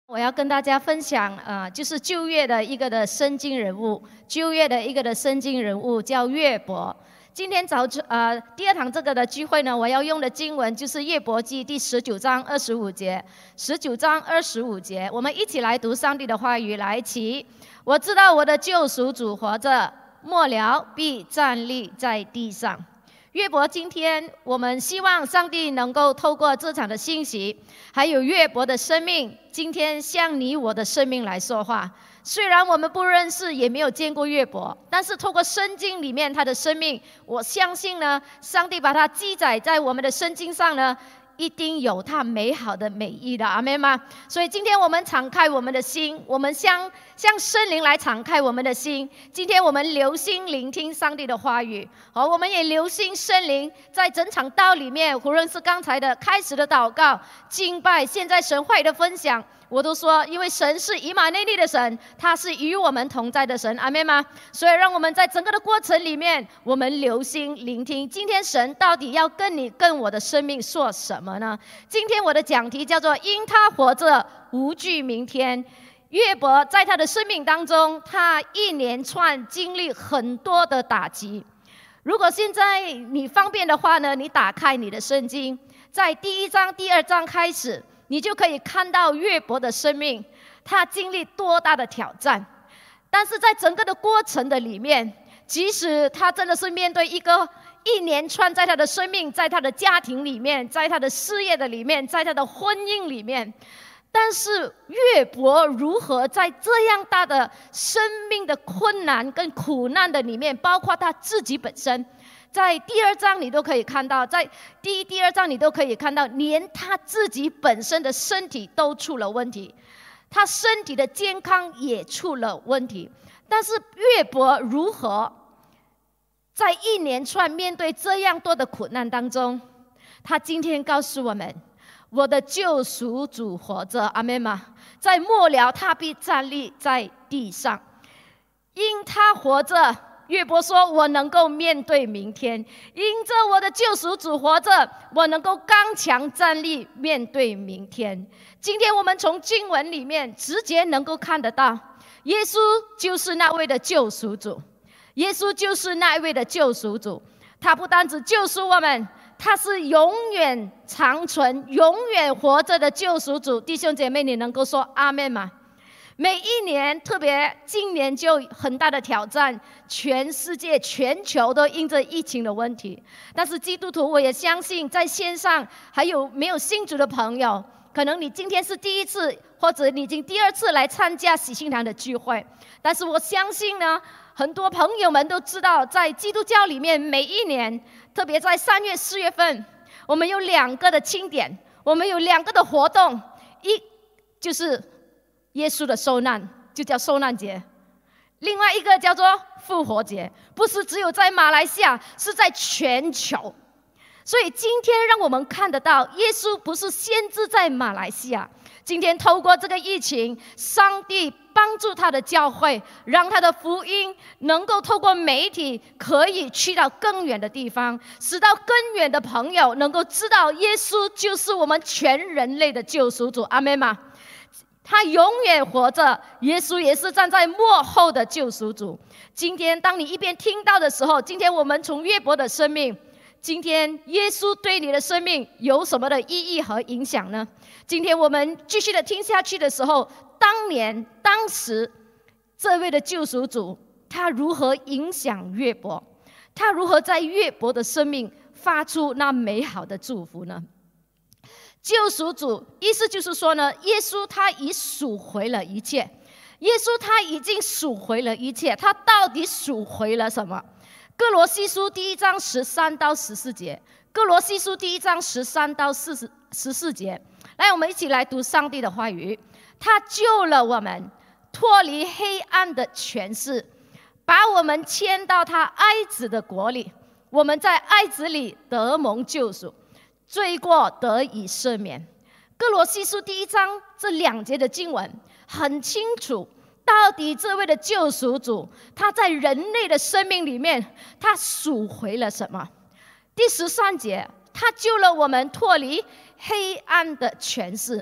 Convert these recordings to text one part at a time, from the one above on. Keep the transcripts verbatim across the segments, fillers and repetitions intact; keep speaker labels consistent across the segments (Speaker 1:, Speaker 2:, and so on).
Speaker 1: 我要跟大家分享，呃，就是旧约的一个的圣经人物，旧约的一个的圣经人物叫约伯。今天早呃第二堂这个的聚会呢，我要用的经文就是约伯记第十九章二十五节，十九章二十五节，我们一起来读上帝的话语。来起，我知道我的救赎主活着，末了必站立在地上。约伯今天我们希望上帝能够透过这场的信息，还有约伯的生命，今天向你我的生命来说话。虽然我们不认识，也没有见过约伯，但是透过圣经里面他的生命，我相信呢，上帝把它记载在我们的圣经上呢，一定有他美好的美意的，阿们吗？所以今天我们敞开我们的心，我们向向圣灵来敞开我们的心。今天我们留心聆听上帝的话语，好，我们也留心圣灵在整场道里面，无论是刚才的开始的祷告、敬拜，现在神话语的分享，我都说，因为神是以马内利的神，他是与我们同在的神，阿们吗？所以让我们在整个的过程里面，我们留心聆听，今天神到底要跟你跟我的生命说什么呢？今天我的讲题叫做因他活着，无惧明天。约伯在他的生命当中，他一连串经历很多的打击。如果现在你方便的话呢，你打开你的圣经，在第一章第二章开始，你就可以看到约伯的生命，他经历多大的挑战。但是在整个的过程的里面，即使他真的是面对一个一连串，在他的生命，在他的家庭里面，在他的事业的里面，在他的婚姻里面，但是约伯如何在这样大的生命的困难跟苦难的里面，包括他自己本身，在第二章你都可以看到，在第一、第二章你都可以看到，连他自己本身的身体都出了问题，他身体的健康也出了问题。但是约伯如何在一连串面对这样多的苦难当中，他今天告诉我们，我的救赎主活着，阿们吗？在末了他必站立在地上，因他活着，约伯说，我能够面对明天，因着我的救赎主活着，我能够刚强站立面对明天。今天我们从经文里面直接能够看得到，耶稣就是那位的救赎主，耶稣就是那位的救赎主。他不单只救赎我们，他是永远长存、永远活着的救赎主。弟兄姐妹，你能够说阿们吗？每一年，特别今年就很大的挑战，全世界、全球都因着疫情的问题。但是基督徒，我也相信在线上还有没有信主的朋友，可能你今天是第一次，或者你已经第二次来参加喜信堂的聚会。但是我相信呢，很多朋友们都知道，在基督教里面，每一年，特别在三月、四月份，我们有两个的庆典，我们有两个的活动，一就是耶稣的受难，就叫受难节；另外一个叫做复活节，不是只有在马来西亚，是在全球。所以今天让我们看得到，耶稣不是限制在马来西亚。今天透过这个疫情，上帝帮助他的教会，让他的福音能够透过媒体可以去到更远的地方，使到更远的朋友能够知道耶稣就是我们全人类的救赎主，阿们吗？他永远活着，耶稣也是站在末后的救赎主。今天当你一边听到的时候，今天我们从约伯的生命，今天耶稣对你的生命有什么的意义和影响呢？今天我们继续的听下去的时候，当年当时这位的救赎主，他如何影响约伯，他如何在约伯的生命发出那美好的祝福呢？救赎主意思就是说呢，耶稣他已赎回了一切，耶稣他已经赎回了一切。他到底赎回了什么？哥罗西书第一章十三到十四节，哥罗西书第一章十三到十四节，来，我们一起来读上帝的话语。他救了我们，脱离黑暗的权势，把我们迁到他爱子的国里。我们在爱子里得蒙救赎，罪过得以赦免。哥罗西书第一章这两节的经文很清楚，到底这位的救赎主，他在人类的生命里面，他赎回了什么？第十三节，他救了我们脱离黑暗的权势。这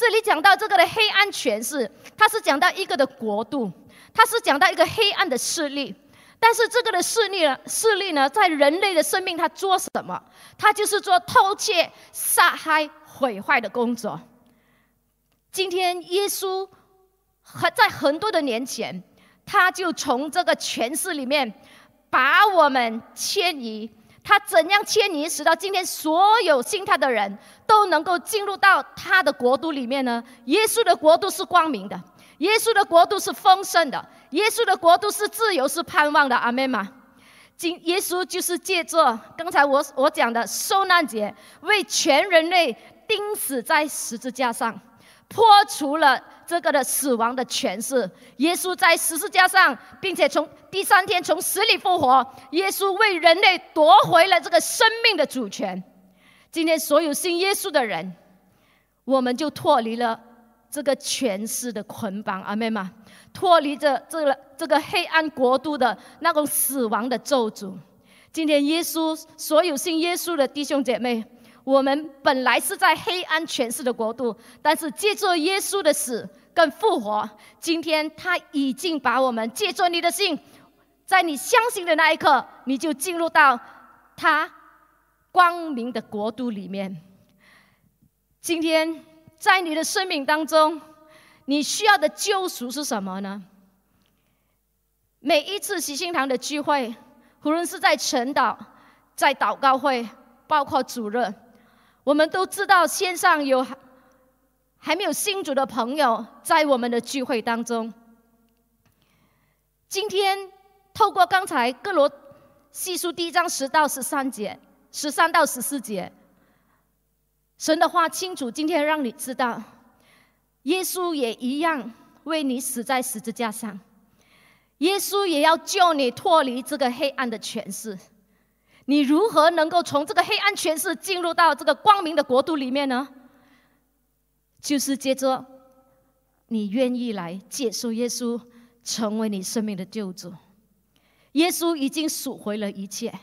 Speaker 1: 这里讲到这个的黑暗权势，它是讲到一个的国度，它是讲到一个黑暗的势力。但是这个的势力呢，势力呢，在人类的生命，它做什么？它就是做偷窃、杀害、毁坏的工作。今天耶稣在很多的年前，他就从这个权势里面把我们迁移。他怎样迁移，使到今天所有信他的人都能够进入到他的国度里面呢？耶稣的国度是光明的，耶稣的国度是丰盛的，耶稣的国度是自由，是盼望的。阿们吗？今耶稣就是借着刚才我我讲的受难节，为全人类钉死在十字架上，破除了这个的死亡的权势。耶稣在十字架上，并且从第三天从死里复活。耶稣为人类夺回了这个生命的主权。今天所有信耶稣的人，我们就脱离了这个权势的捆绑。阿们吗？脱离着这个这个黑暗国度的那种死亡的咒诅。今天耶稣，所有信耶稣的弟兄姐妹，我们本来是在黑暗权势的国度，但是借着耶稣的死跟复活，今天他已经把我们借着你的信，在你相信的那一刻，你就进入到他光明的国度里面。今天在你的生命当中，你需要的救赎是什么呢？每一次喜信堂的聚会，无论是在晨祷、在祷告会，包括主日，我们都知道线上有还没有信主的朋友在我们的聚会当中。今天透过刚才哥罗西书第一章十到十三节，十三到十四节，神的话清楚，今天让你知道，耶稣也一样为你死在十字架上，耶稣也要救你脱离这个黑暗的权势。你如何能够从这个黑暗权势进入到这个光明的国度里面呢？就是接着你愿意来接受耶稣成为你生命的救主。耶稣已经赎回了一切。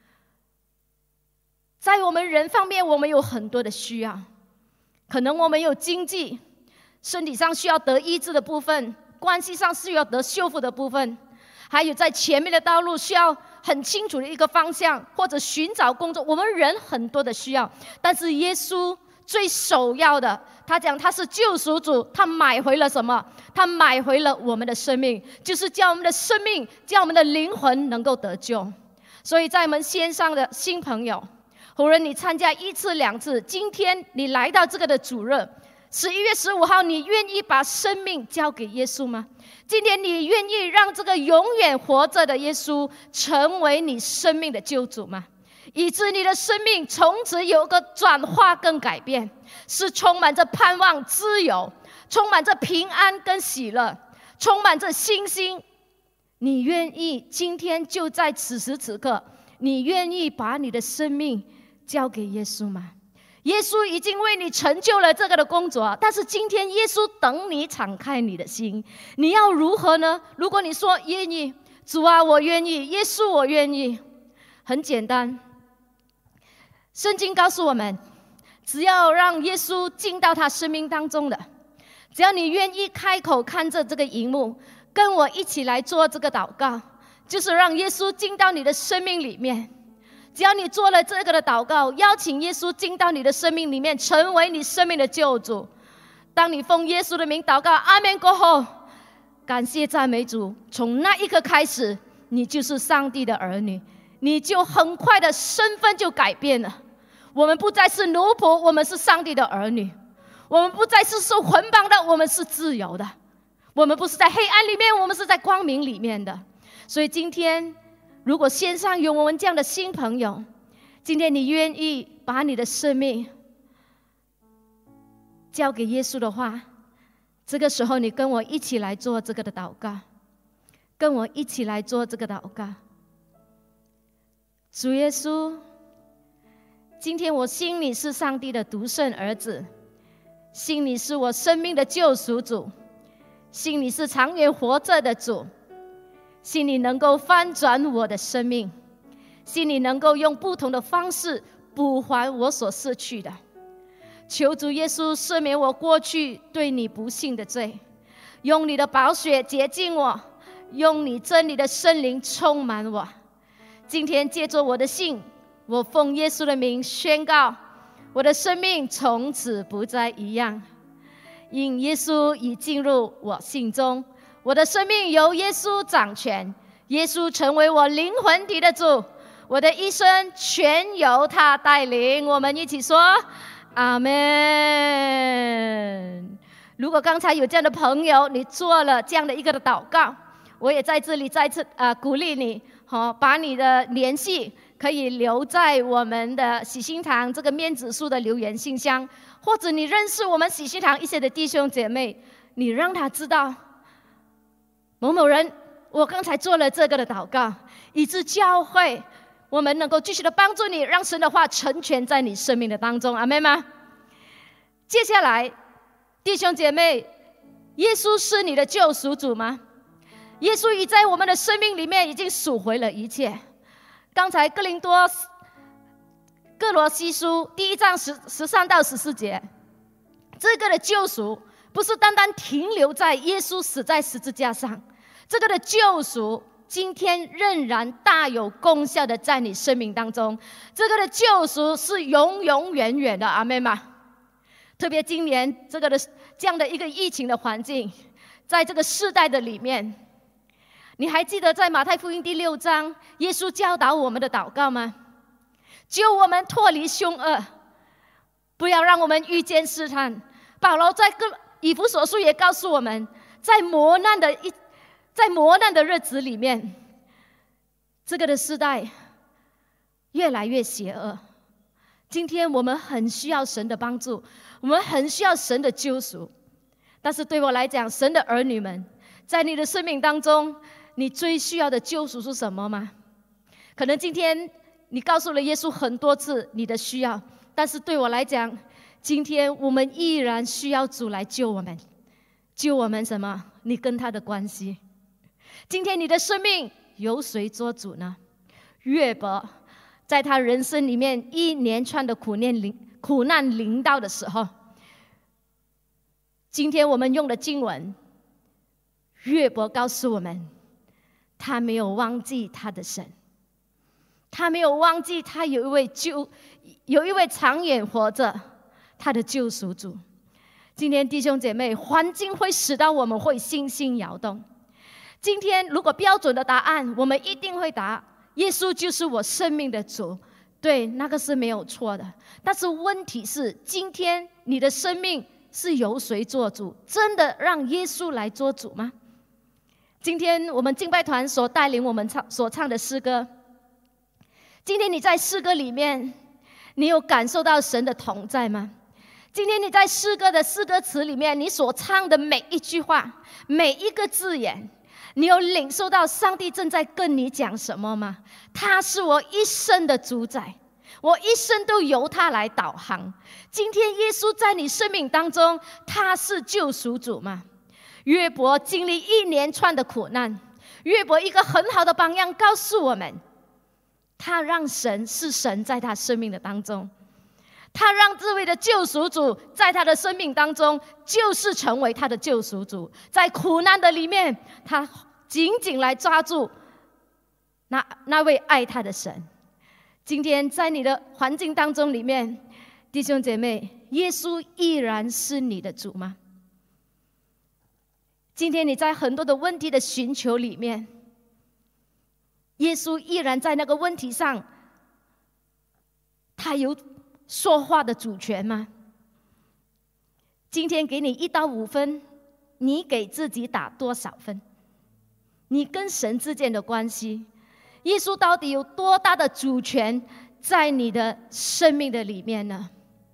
Speaker 1: 在我们人方面，我们有很多的需要，可能我们有经济、身体上需要得医治的部分，关系上需要得修复的部分，还有在前面的道路需要很清楚的一个方向，或者寻找工作。我们人很多的需要，但是耶稣最首要的，他讲他是救赎主，他买回了什么？他买回了我们的生命，就是叫我们的生命，叫我们的灵魂能够得救。所以在我们线上的新朋友，无论你参加一次两次，今天你来到这个的主日，十一月十五号，你愿意把生命交给耶稣吗？今天你愿意让这个永远活着的耶稣成为你生命的救主吗？以致你的生命从此有个转化跟改变，是充满着盼望、自由，充满着平安跟喜乐，充满着信心。你愿意今天就在此时此刻，你愿意把你的生命交给耶稣吗？耶稣已经为你成就了这个的工作，但是今天耶稣等你敞开你的心，你要如何呢？如果你说愿意，主啊，我愿意，耶稣我愿意，很简单，圣经告诉我们，只要让耶稣进到他生命当中的，只要你愿意开口看着这个荧幕，跟我一起来做这个祷告，就是让耶稣进到你的生命里面。只要你做了这个的祷告，邀请耶稣进到你的生命里面，成为你生命的救主。当你奉耶稣的名祷告阿们过后，感谢赞美主，从那一刻开始，你就是上帝的儿女，你就很快的身份就改变了。我们不再是奴仆，我们是上帝的儿女。我们不再是受捆绑的，我们是自由的。我们不是在黑暗里面，我们是在光明里面的。所以今天如果线上有我们这样的新朋友，今天你愿意把你的生命交给耶稣的话，这个时候你跟我一起来做这个的祷告，跟我一起来做这个祷告。主耶稣，今天我信你是上帝的独生儿子，信你是我生命的救赎主，信你是长远活着的主，信你能够翻转我的生命，信你能够用不同的方式补还我所失去的。 求主耶稣赦免我过去对你不信的罪，用你的宝血洁净我，用你真理的圣灵充满我。今天借着我的信，我奉耶稣的名宣告，我的生命从此不再一样，因耶稣已进入我心中，我的生命由耶稣掌权，耶稣成为我灵魂体的主，我的一生全由他带领。我们一起说阿们。如果刚才有这样的朋友，你做了这样的一个的祷告，我也在这里再次、呃、鼓励你、哦、把你的联系可以留在我们的喜心堂这个面子书的留言信箱，或者你认识我们喜心堂一些的弟兄姐妹，你让他知道某某人我刚才做了这个的祷告，以致教会我们能够继续的帮助你，让神的话成全在你生命的当中。阿们吗？接下来弟兄姐妹，耶稣是你的救赎主吗？耶稣已在我们的生命里面已经赎回了一切。刚才哥林多哥罗西书第一章十十三到十四节，这个的救赎不是单单停留在耶稣死在十字架上，这个的救赎今天仍然大有功效的在你生命当中，这个的救赎是永永远远的。阿们吗？特别今年这个的这样的一个疫情的环境，在这个世代的里面，你还记得在马太福音第六章耶稣教导我们的祷告吗？救我们脱离凶恶，不要让我们遇见试探。保罗在以弗所书也告诉我们，在磨难的一在磨难的日子里面，这个的世代越来越邪恶。今天我们很需要神的帮助，我们很需要神的救赎。但是对我来讲，神的儿女们，在你的生命当中，你最需要的救赎是什么吗？可能今天你告诉了耶稣很多次你的需要，但是对我来讲，今天我们依然需要主来救我们。救我们什么？你跟他的关系。今天你的生命由谁做主呢？约伯在他人生里面一连串的苦难临苦难临到的时候，今天我们用的经文，约伯告诉我们，他没有忘记他的神，他没有忘记他有一位救有一位长远活着他的救赎主。今天弟兄姐妹，环境会使到我们会心心摇动。今天如果标准的答案，我们一定会答耶稣就是我生命的主，对，那个是没有错的。但是问题是，今天你的生命是由谁做主？真的让耶稣来做主吗？今天我们敬拜团所带领我们唱所唱的诗歌，今天你在诗歌里面，你有感受到神的同在吗？今天你在诗歌的诗歌词里面，你所唱的每一句话，每一个字眼，你有领受到上帝正在跟你讲什么吗？他是我一生的主宰，我一生都由他来导航。今天耶稣在你生命当中，他是救赎主吗？约伯经历一连串的苦难，约伯一个很好的榜样告诉我们，他让神是神在他生命的当中，他让这位的救赎主在他的生命当中就是成为他的救赎主。在苦难的里面，他紧紧来抓住 那, 那位爱他的神。今天在你的环境当中里面，弟兄姐妹，耶稣依然是你的主吗？今天你在很多的问题的寻求里面，耶稣依然在那个问题上，他有说话的主权吗？今天给你一到五分，你给自己打多少分？你跟神之间的关系，耶稣到底有多大的主权在你的生命的里面呢？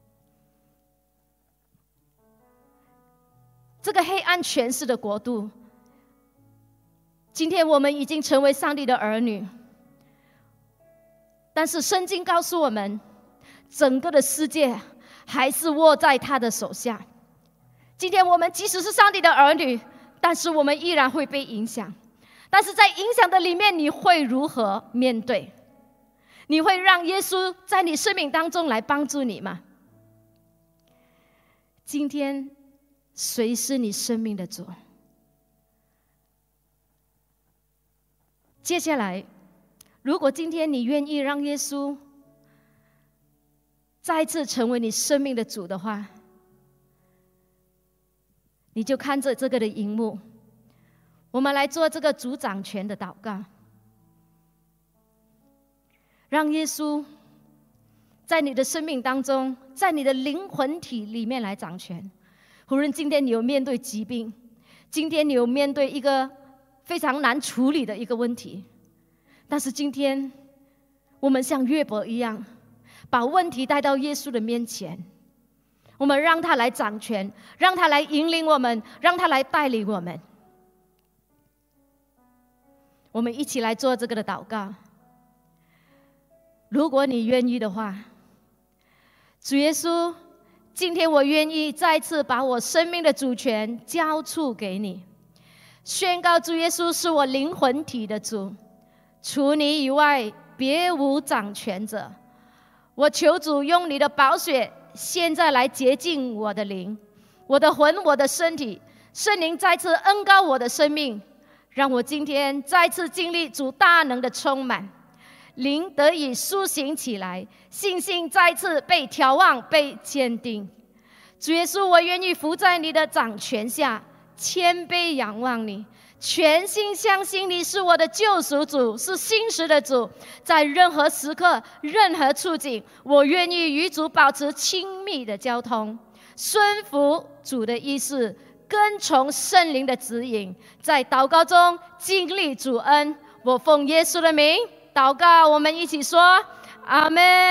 Speaker 1: 这个黑暗权势的国度，今天我们已经成为上帝的儿女，但是圣经告诉我们，整个的世界还是握在他的手下。今天我们即使是上帝的儿女，但是我们依然会被影响。但是在影响的里面，你会如何面对？你会让耶稣在你生命当中来帮助你吗？ 今天谁是你生命的主？接下来，如果今天你愿意让耶稣再次成为你生命的主的话，你就看着这个的荧幕，我们来做这个主掌权的祷告，让耶稣在你的生命当中，在你的灵魂体里面来掌权。无论今天你有面对疾病，今天你有面对一个非常难处理的一个问题，但是今天我们像约伯一样，把问题带到耶稣的面前，我们让他来掌权，让他来引领我们，让他来带领我们。我们一起来做这个的祷告。如果你愿意的话，主耶稣，今天我愿意再次把我生命的主权交出给你，宣告主耶稣是我灵魂体的主，除你以外别无掌权者。我求主用你的宝血现在来洁净我的灵，我的魂，我的身体。圣灵再次恩膏我的生命，让我今天再次经历主大能的充满，灵得以苏醒起来，信心再次被调望，被坚定。主耶稣，我愿意服在你的掌权下，谦卑仰望你，全心相信你是我的救赎主，是信实的主。在任何时刻，任何处境，我愿意与主保持亲密的交通，顺服主的意思，跟从圣灵的指引，在祷告中经历主恩。我奉耶稣的名祷告，我们一起说阿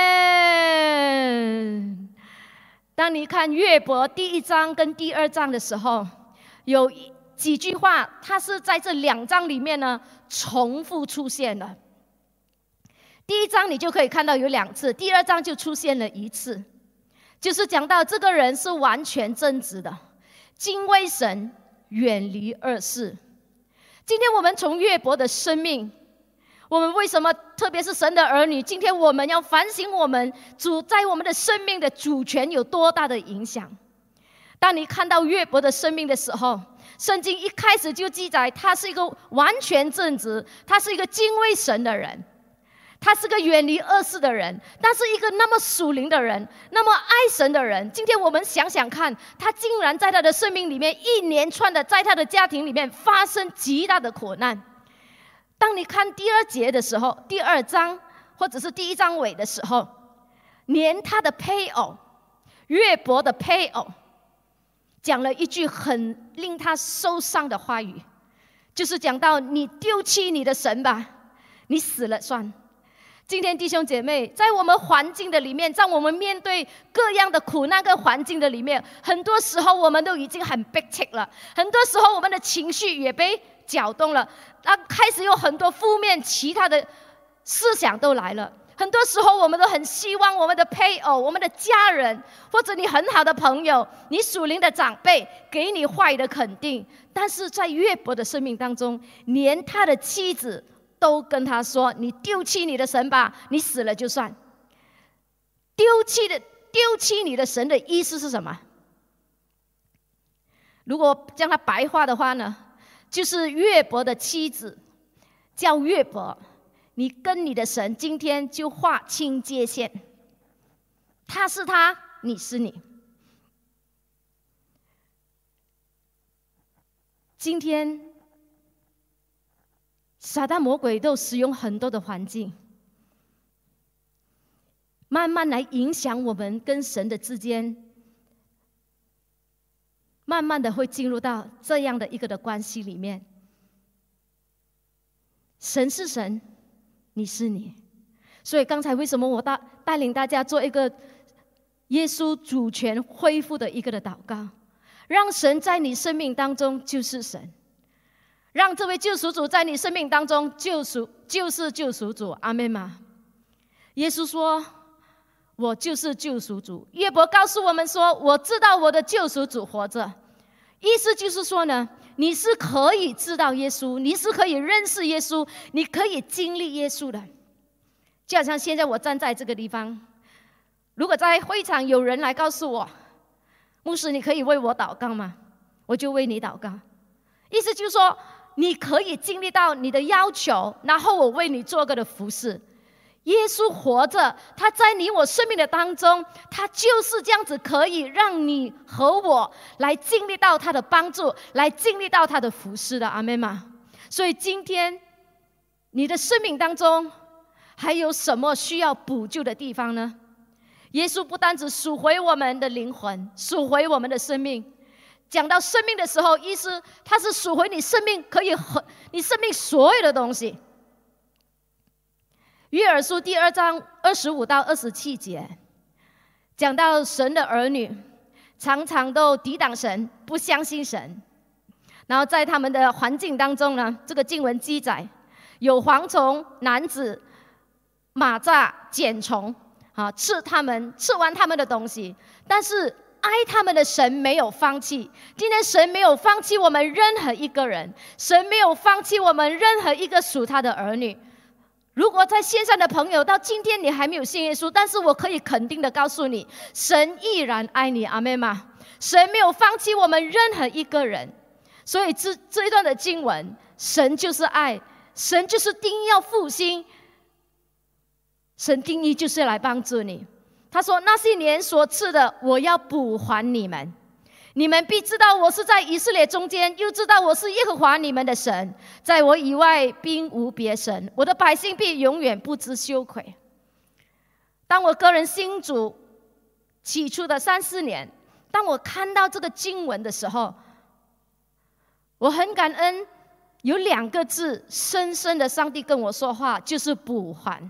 Speaker 1: 们。当你看约伯第一章跟第二章的时候，有几句话它是在这两章里面呢重复出现的。第一章你就可以看到有两次，第二章就出现了一次，就是讲到这个人是完全正直的，敬畏神，远离恶事。今天我们从约伯的生命，我们为什么特别是神的儿女，今天我们要反省我们主在我们的生命的主权有多大的影响。当你看到约伯的生命的时候，圣经一开始就记载他是一个完全正直，他是一个敬畏神的人，他是个远离恶事的人，但是一个那么属灵的人，那么爱神的人。今天我们想想看，他竟然在他的生命里面一连串的在他的家庭里面发生极大的苦难。当你看第二节的时候，第二章或者是第一章尾的时候，连他的配偶约伯的配偶讲了一句很令他受伤的话语，就是讲到你丢弃你的神吧，你死了算。今天弟兄姐妹，在我们环境的里面，在我们面对各样的苦难跟环境的里面，很多时候我们都已经很悲戚了，很多时候我们的情绪也被搅动了，那开始有很多负面其他的思想都来了。很多时候我们都很希望我们的配偶，我们的家人，或者你很好的朋友，你属灵的长辈给你坏的肯定。但是在约伯的生命当中，连他的妻子都跟他说，你丢弃你的神吧，你死了就算。丢弃的丢弃你的神的意思是什么？如果将它白话的话呢，就是约伯的妻子叫约伯，你跟你的神今天就划清界限，他是他，你是你。今天撒旦魔鬼都使用很多的环境，慢慢来影响我们跟神的之间，慢慢的会进入到这样的一个的关系里面。神是神，你是你。所以刚才为什么我带带领大家做一个耶稣主权恢复的一个的祷告，让神在你生命当中就是神，让这位救赎主在你生命当中救赎就是救赎主。阿们吗？耶稣说我就是救赎主。约伯告诉我们说，我知道我的救赎主活着。意思就是说呢，你是可以知道耶稣，你是可以认识耶稣，你可以经历耶稣的。就好像现在我站在这个地方，如果在会场有人来告诉我， 牧师，你可以为我祷告吗？我就为你祷告。意思就是说，你可以经历到你的要求，然后我为你做个的服事。耶稣活着，他在你我生命的当中，他就是这样子，可以让你和我来经历到他的帮助，来经历到他的服事的。阿们吗？所以今天你的生命当中还有什么需要补救的地方呢？耶稣不单只赎回我们的灵魂，赎回我们的生命。讲到生命的时候，意思他是赎回你生命，可以和你生命所有的东西。约珥书第二章二十五到二十七节，讲到神的儿女常常都抵挡神，不相信神。然后在他们的环境当中呢，这个经文记载有蝗虫、蝻子、蚂蚱、茧虫啊，吃他们，吃完他们的东西，但是爱他们的神没有放弃。今天神没有放弃我们任何一个人，神没有放弃我们任何一个属他的儿女。如果在线上的朋友到今天你还没有信耶稣，但是我可以肯定的告诉你，神依然爱你。阿们吗？神没有放弃我们任何一个人。所以这这一段的经文，神就是爱，神就是定义要复兴，神定义就是来帮助你。他说，那些年所赐的，我要补还你们。你们必知道我是在以色列中间，又知道我是耶和华你们的神，在我以外并无别神，我的百姓必永远不知羞愧。当我个人信主起初的三四年，当我看到这个经文的时候，我很感恩，有两个字深深的上帝跟我说话，就是补还。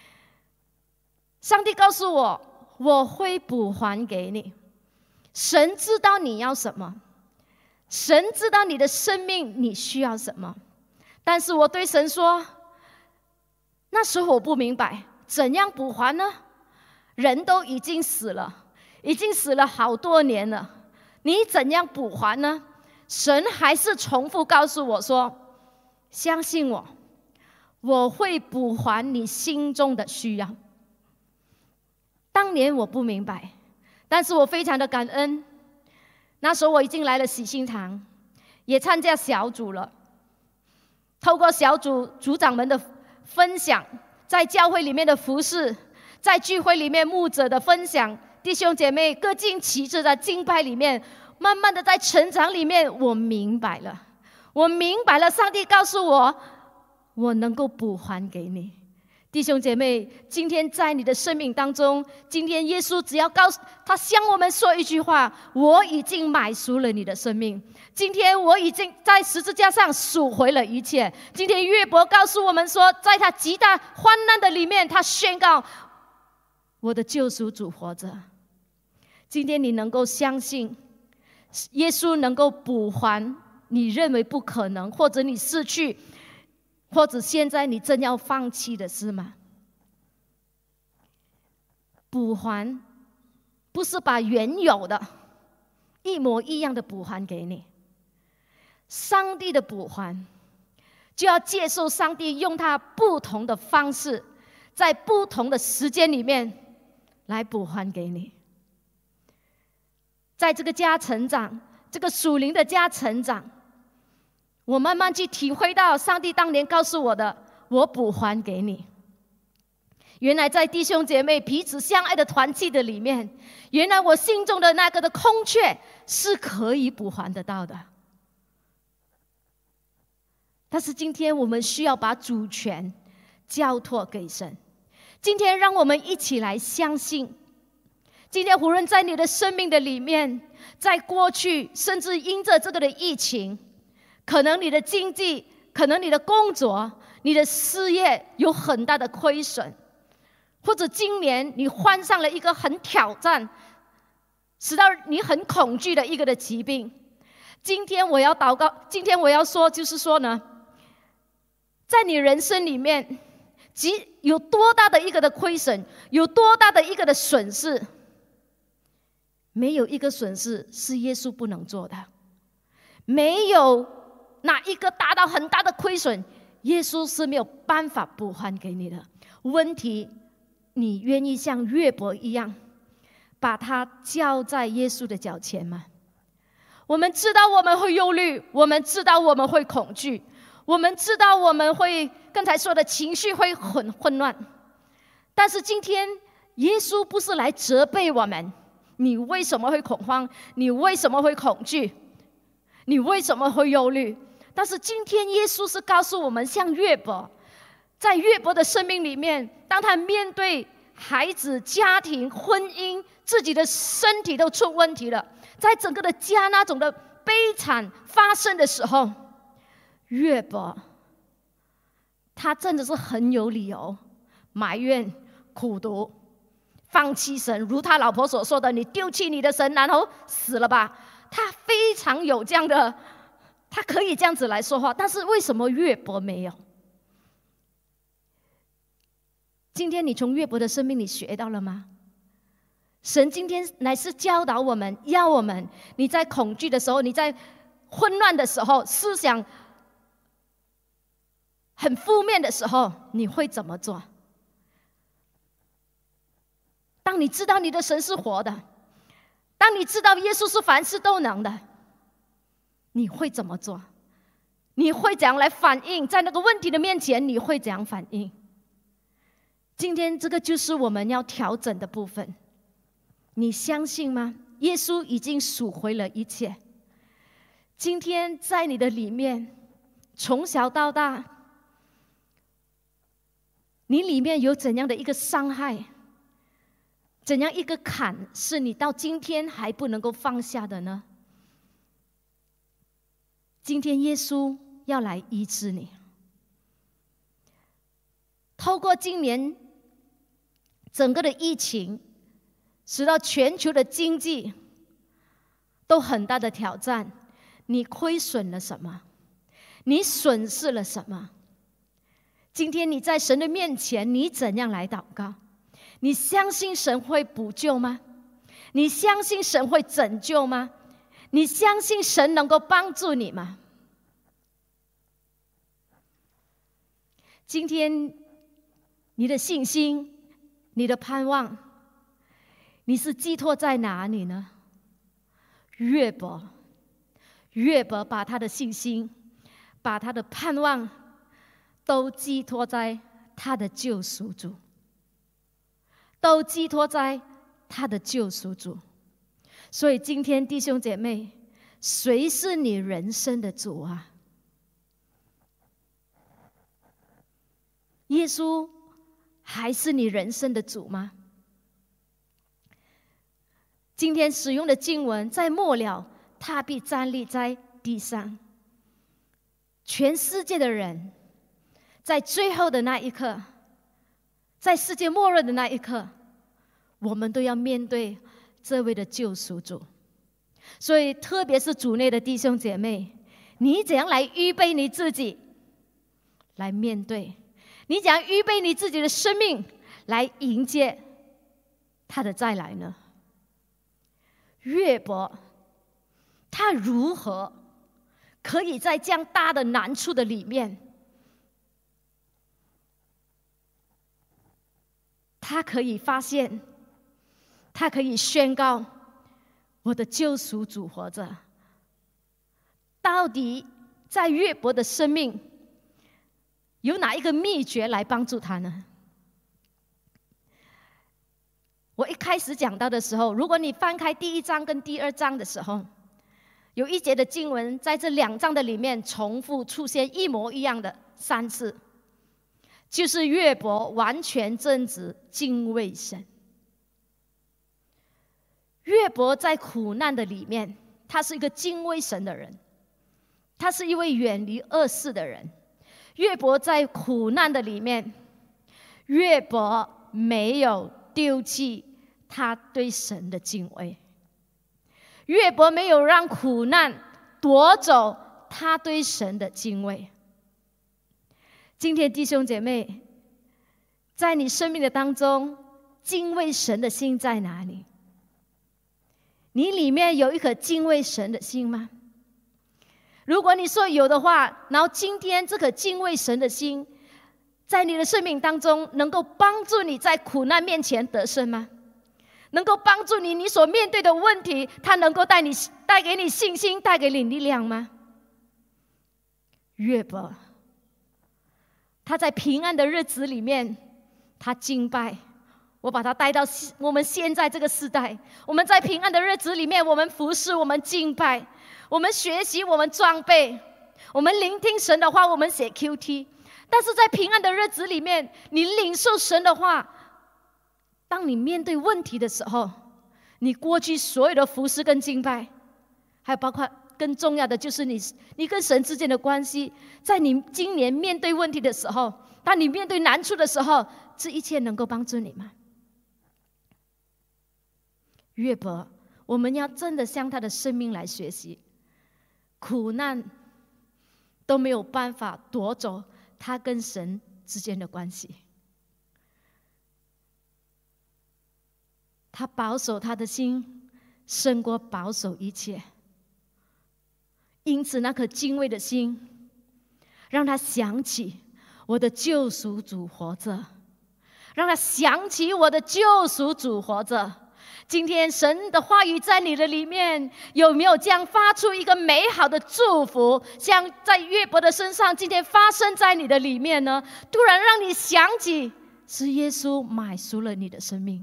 Speaker 1: 上帝告诉我，我会补还给你。神知道你要什么，神知道你的生命你需要什么。但是我对神说，那时候我不明白怎样补还呢？人都已经死了，已经死了好多年了，你怎样补还呢？神还是重复告诉我说，相信我，我会补还你心中的需要。当年我不明白，但是我非常的感恩。那时候我已经来了喜信堂，也参加小组了。透过小组组长们的分享，在教会里面的服事，在聚会里面牧者的分享，弟兄姐妹各尽其职的敬拜里面，慢慢的在成长里面，我明白了，我明白了，上帝告诉我，我能够补还给你。弟兄姐妹，今天在你的生命当中，今天耶稣只要告诉他向我们说一句话，我已经买赎了你的生命。今天我已经在十字架上赎回了一切。今天约伯告诉我们说，在他极大患难的里面，他宣告我的救赎主活着。今天你能够相信耶稣能够补还你认为不可能，或者你失去，或者现在你正要放弃的是吗？补还不是把原有的一模一样的补还给你，上帝的补还就要接受上帝用他不同的方式，在不同的时间里面来补还给你。在这个家成长，这个属灵的家成长，我慢慢去体会到上帝当年告诉我的，我补还给你。原来在弟兄姐妹彼此相爱的团契的里面，原来我心中的那个的空缺是可以补还得到的。但是今天我们需要把主权交托给神。今天让我们一起来相信，今天无论在你的生命的里面，在过去甚至因着这个的疫情，可能你的经济，可能你的工作，你的事业有很大的亏损，或者今年你患上了一个很挑战，使到你很恐惧的一个的疾病。今天我要祷告，今天我要说，就是说呢，在你人生里面，即有多大的一个的亏损，有多大的一个的损失，没有一个损失是耶稣不能做的，没有哪一个达到很大的亏损，耶稣是没有办法补还给你的。问题，你愿意像约伯一样， 把它交在耶稣的脚前吗？我们知道我们会忧虑，我们知道我们会恐惧，我们知道我们会刚才说的情绪会很混乱。但是今天耶稣不是来责备我们，你为什么会恐慌？你为什么会恐惧？你为什么会忧虑？但是今天耶稣是告诉我们，像约伯，在约伯的生命里面，当他面对孩子、家庭、婚姻，自己的身体都出问题了，在整个的家那种的悲惨发生的时候，约伯他真的是很有理由埋怨、苦毒、放弃神，如他老婆所说的，你丢弃你的神，然后死了吧。他非常有这样的，他可以这样子来说话。但是为什么约伯没有？今天你从约伯的生命里学到了吗？神今天乃是教导我们，要我们，你在恐惧的时候，你在混乱的时候，思想很负面的时候，你会怎么做？当你知道你的神是活的，当你知道耶稣是凡事都能的，你会怎么做？你会怎样来反应？在那个问题的面前，你会怎样反应？今天这个就是我们要调整的部分。你相信吗？耶稣已经赎回了一切。今天在你的里面，从小到大，你里面有怎样的一个伤害？怎样一个坎是你到今天还不能够放下的呢？今天耶稣要来医治你。透过今年整个的疫情，使到全球的经济都很大的挑战。你亏损了什么？你损失了什么？今天你在神的面前，你怎样来祷告？你相信神会补救吗？你相信神会拯救吗？你相信神能够帮助你吗？今天你的信心，你的盼望，你是寄托在哪里呢？约伯，约伯把他的信心，把他的盼望，都寄托在他的救赎主，都寄托在他的救赎主。所以今天弟兄姐妹，谁是你人生的主啊？耶稣还是你人生的主吗？今天使用的经文，在末了，他必站立在地上。全世界的人，在最后的那一刻，在世界末日的那一刻，我们都要面对这位的救赎主。所以特别是主内的弟兄姐妹，你怎样来预备你自己来面对？你怎样预备你自己的生命来迎接他的再来呢？约伯他如何可以在这样大的难处的里面，他可以发现，他可以宣告，我的救赎主活着。到底在约伯的生命有哪一个秘诀来帮助他呢？我一开始讲到的时候，如果你翻开第一章跟第二章的时候，有一节的经文在这两章的里面重复出现一模一样的三次，就是约伯完全正直，敬畏神。约伯在苦难的里面，他是一个敬畏神的人，他是一位远离恶事的人。约伯在苦难的里面，约伯没有丢弃他对神的敬畏，约伯没有让苦难夺走他对神的敬畏。今天弟兄姐妹，在你生命的当中，敬畏神的心在哪里？你里面有一颗敬畏神的心吗？如果你说有的话，然后今天这颗敬畏神的心在你的生命当中能够帮助你在苦难面前得胜吗？ 能够帮助你，你所面对的问题，他能够带你带给你信心，带给你力量吗？约伯，他在平安的日子里面，他敬拜。我把他带到我们现在这个时代，我们在平安的日子里面，我们服侍，我们敬拜，我们学习，我们装备，我们聆听神的话，我们写 Q T。但是在平安的日子里面，你领受神的话，当你面对问题的时候，你过去所有的服侍跟敬拜，还有包括更重要的就是你你跟神之间的关系，在你今年面对问题的时候，当你面对难处的时候，这一切能够帮助你吗？约伯，我们要真的向他的生命来学习，苦难都没有办法夺走他跟神之间的关系。他保守他的心，胜过保守一切。因此，那颗敬畏的心，让他想起我的救赎主活着，让他想起我的救赎主活着。今天神的话语在你的里面，有没有这样发出一个美好的祝福，像在约伯的身上今天发生在你的里面呢？突然让你想起，是耶稣买赎了你的生命。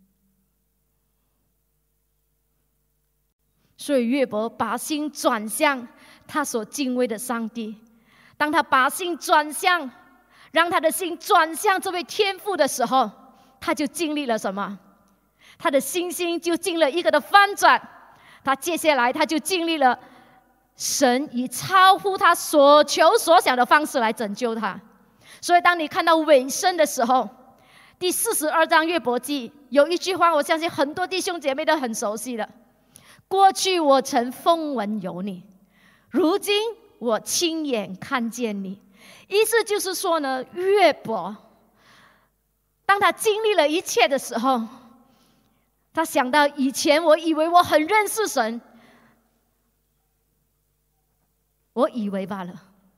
Speaker 1: 所以约伯把心转向他所敬畏的上帝。当他把心转向，让他的心转向这位天父的时候，他就经历了什么？他的信心就经了一个的翻转。他接下来他就经历了神以超乎他所求所想的方式来拯救他。所以当你看到尾声的时候，第四十二章约伯记有一句话，我相信很多弟兄姐妹都很熟悉的：过去我曾风闻有你，如今我亲眼看见你。意思就是说呢，约伯当他经历了一切的时候，他想到以前我以为我很认识神，我以为罢了。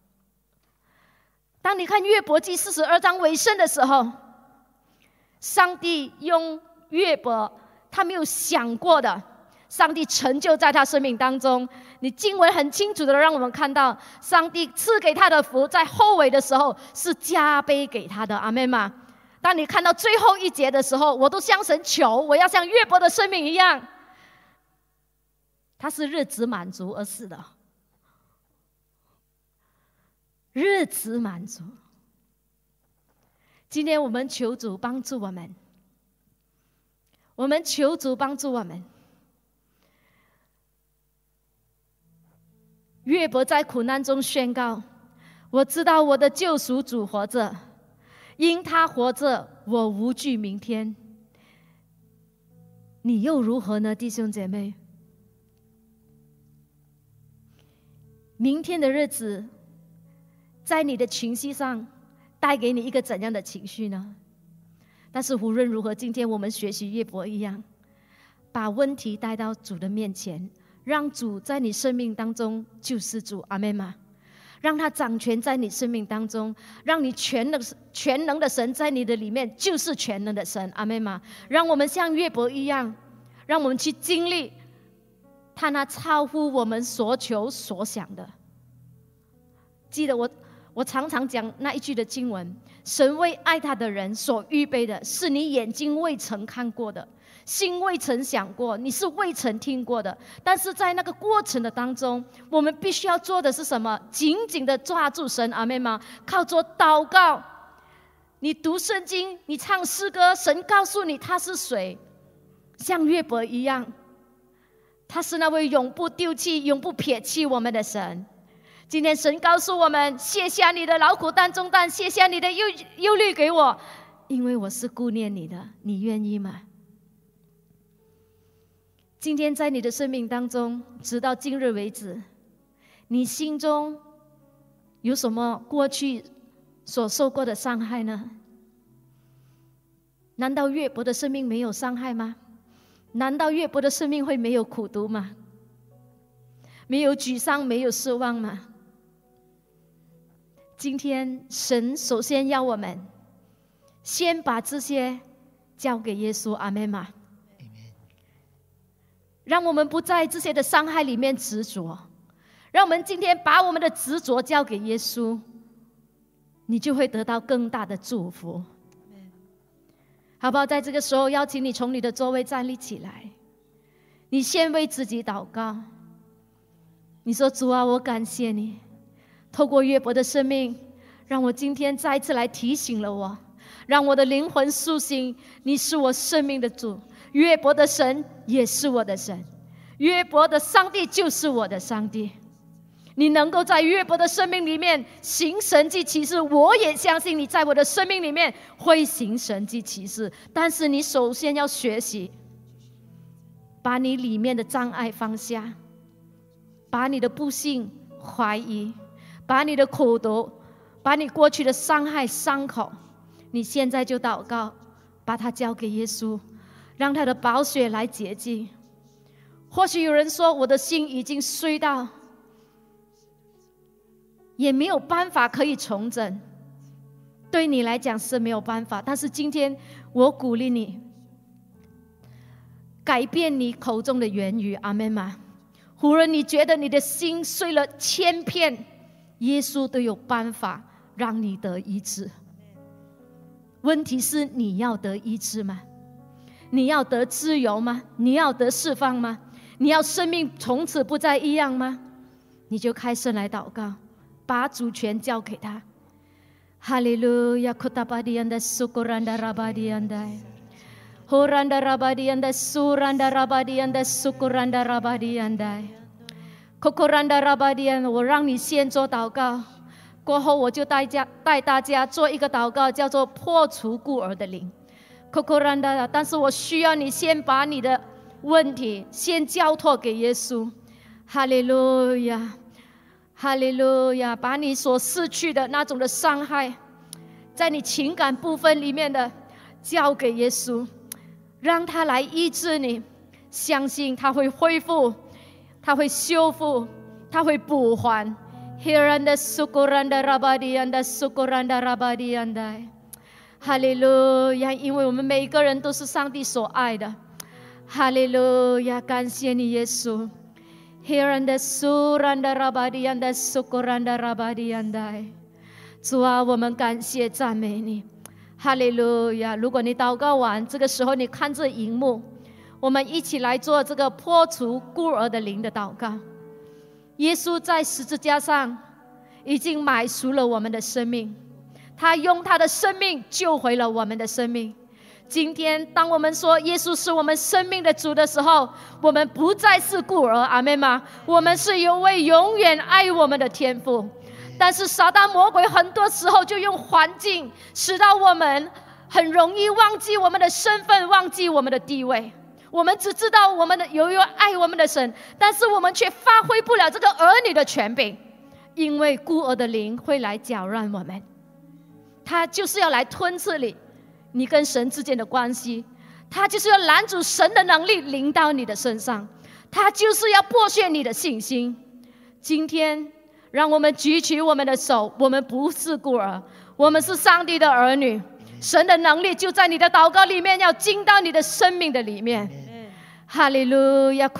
Speaker 1: 当你看约伯记四十二章尾声的时候，上帝用约伯他没有想过的，上帝成就在他生命当中。你经文很清楚的让我们看到，上帝赐给他的福在后尾的时候是加倍给他的。阿们吗？当你看到最后一节的时候，我都向神求，我要像约伯的生命一样，他是日子满足而死的，日子满足。今天我们求主帮助我们，我们求主帮助我们。约伯在苦难中宣告：我知道我的救赎主活着，因他活着，我无惧明天。你又如何呢，弟兄姐妹？明天的日子在你的情绪上带给你一个怎样的情绪呢？但是无论如何，今天我们学习约伯一样，把问题带到主的面前，让主在你生命当中救世主。阿们吗？让他掌权在你生命当中，让你全能全能的神在你的里面就是全能的神。阿们吗？让我们像约伯一样，让我们去经历他那超乎我们所求所想的。记得我我常常讲那一句的经文：神为爱他的人所预备的，是你眼睛未曾看过的，心未曾想过，你是未曾听过的。但是在那个过程的当中，我们必须要做的是什么？紧紧的抓住神。阿们吗？靠着祷告，你读圣经，你唱诗歌，神告诉你他是谁，像约伯一样，他是那位永不丢弃永不撇弃我们的神。今天神告诉我们：卸下你的劳苦担重担，卸下你的忧忧虑给我，因为我是顾念你的。你愿意吗？今天在你的生命当中，直到今日为止，你心中有什么过去所受过的伤害呢？难道约伯的生命没有伤害吗？难道约伯的生命会没有苦毒吗？没有沮丧，没有失望吗？今天神首先要我们先把这些交给耶稣。阿们吗？ 让我们不在这些的伤害里面执着，让我们今天把我们的执着交给耶稣，你就会得到更大的祝福。好不好？在这个时候邀请你从你的座位站立起来，你先为自己祷告。你说，主啊，我感谢你透过约伯的生命，让我今天再次来提醒了我，让我的灵魂苏醒，你是我生命的主，约伯的神也是我的神，约伯的上帝就是我的上帝。你能够在约伯的生命里面行神迹奇事，我也相信你在我的生命里面会行神迹奇事。但是你首先要学习把你里面的障碍放下，把你的不信、怀疑，把你的苦毒，把你过去的伤害、伤口，你现在就祷告，把它交给耶稣，让他的宝血来洁净。或许有人说，我的心已经碎到也没有办法可以重整，对你来讲是没有办法。但是今天我鼓励你，改变你口中的言语，阿们吗？无论你觉得你的心碎了千片，耶稣都有办法让你得医治。问题是你要得医治吗？你要得自由吗？你要得释放吗？你要生命从此不再一样吗？你就开始来祷告，把主权交给他。哈利路亚，库达巴迪安的苏古兰达拉巴迪安的，呼兰达拉巴迪安的苏兰达拉巴迪安的苏古兰达拉巴迪安的，库库兰达拉巴迪安。我让你先做祷告，过后我就带家带大家做一个祷告，叫做破除孤儿的灵。库库兰达，但是我需要你先把你的问题先交托给耶稣。哈利路亚。哈利路亚！把你所失去的那种的伤害，在你情感部分里面的交给耶稣，让他来医治你。相信他会恢复，他会修复，他会补还。哈利路亚！因为我们每一个人都是上帝所爱的。哈利路亚！感谢你，耶稣。主啊，我们感谢赞美你，哈利路亚！如果你祷告完，这个时候你看着荧幕，我们一起来做这个破除孤儿的灵的祷告。耶稣在十字架上已经买赎了我们的生命，他用他的生命救回了我们的生命。今天当我们说耶稣是我们生命的主的时候，我们不再是孤儿，阿们吗？我们是有位永远爱我们的天父。但是撒旦魔鬼很多时候就用环境使到我们很容易忘记我们的身份，忘记我们的地位。我们只知道我们的有一位爱我们的神，但是我们却发挥不了这个儿女的权柄，因为孤儿的灵会来搅乱我们，他就是要来吞噬你你跟神之间的关系，他就是要拦阻神的能力临到你的身上，他就是要剥削你的信心。今天让我们举起我们的手，我们不是孤儿，我们是上帝的儿女。神的能力就在你的祷告里面，要进到你的生命的里面。哈利路亚！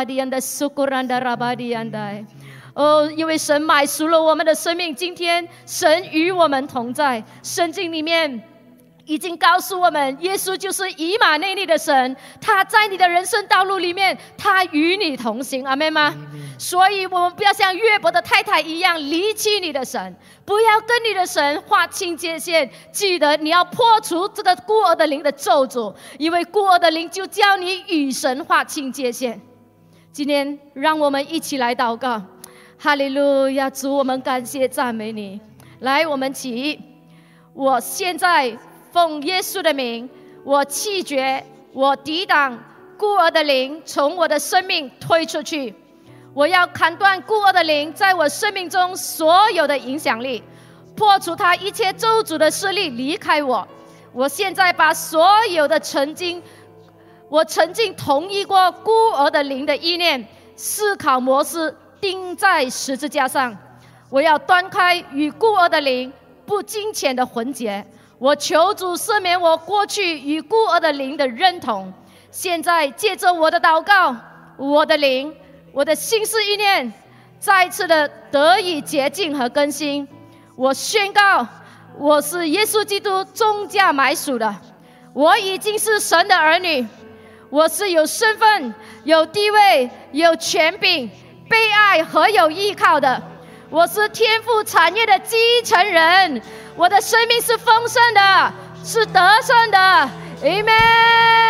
Speaker 1: 哦，因为神买赎了我们的生命，今天神与我们同在。圣经里面已经告诉我们，耶稣就是以马内利的神，他在你的人生道路里面，他与你同行，阿们吗？所以我们不要像约伯的太太一样离弃你的神，不要跟你的神划清界限。记得你要破除这个孤儿的灵的咒诅，因为孤儿的灵就叫你与神划清界限。今天让我们一起来祷告。哈利路亚！主，我们感谢赞美你。来，我们起。我现在奉耶稣的名，我弃绝，我抵挡孤儿的灵从我的生命推出去。我要砍断孤儿的灵在我生命中所有的影响力，破除他一切咒诅的势力离开我。我现在把所有的曾经我曾经同意过孤儿的灵的意念、思考模式钉在十字架上。我要断开与孤儿的灵不金钱的魂结。我求主赦免我过去与孤儿的灵的认同。现在借着我的祷告， 我的灵，我的心思意念再次的得以洁净和更新。我宣告，我是耶稣基督重价买赎的，我已经是神的儿女，我是有身份、有地位、有权柄、被爱和有依靠的。我是天父产业的继承人，我的生命是丰盛的，是得胜的。Amen。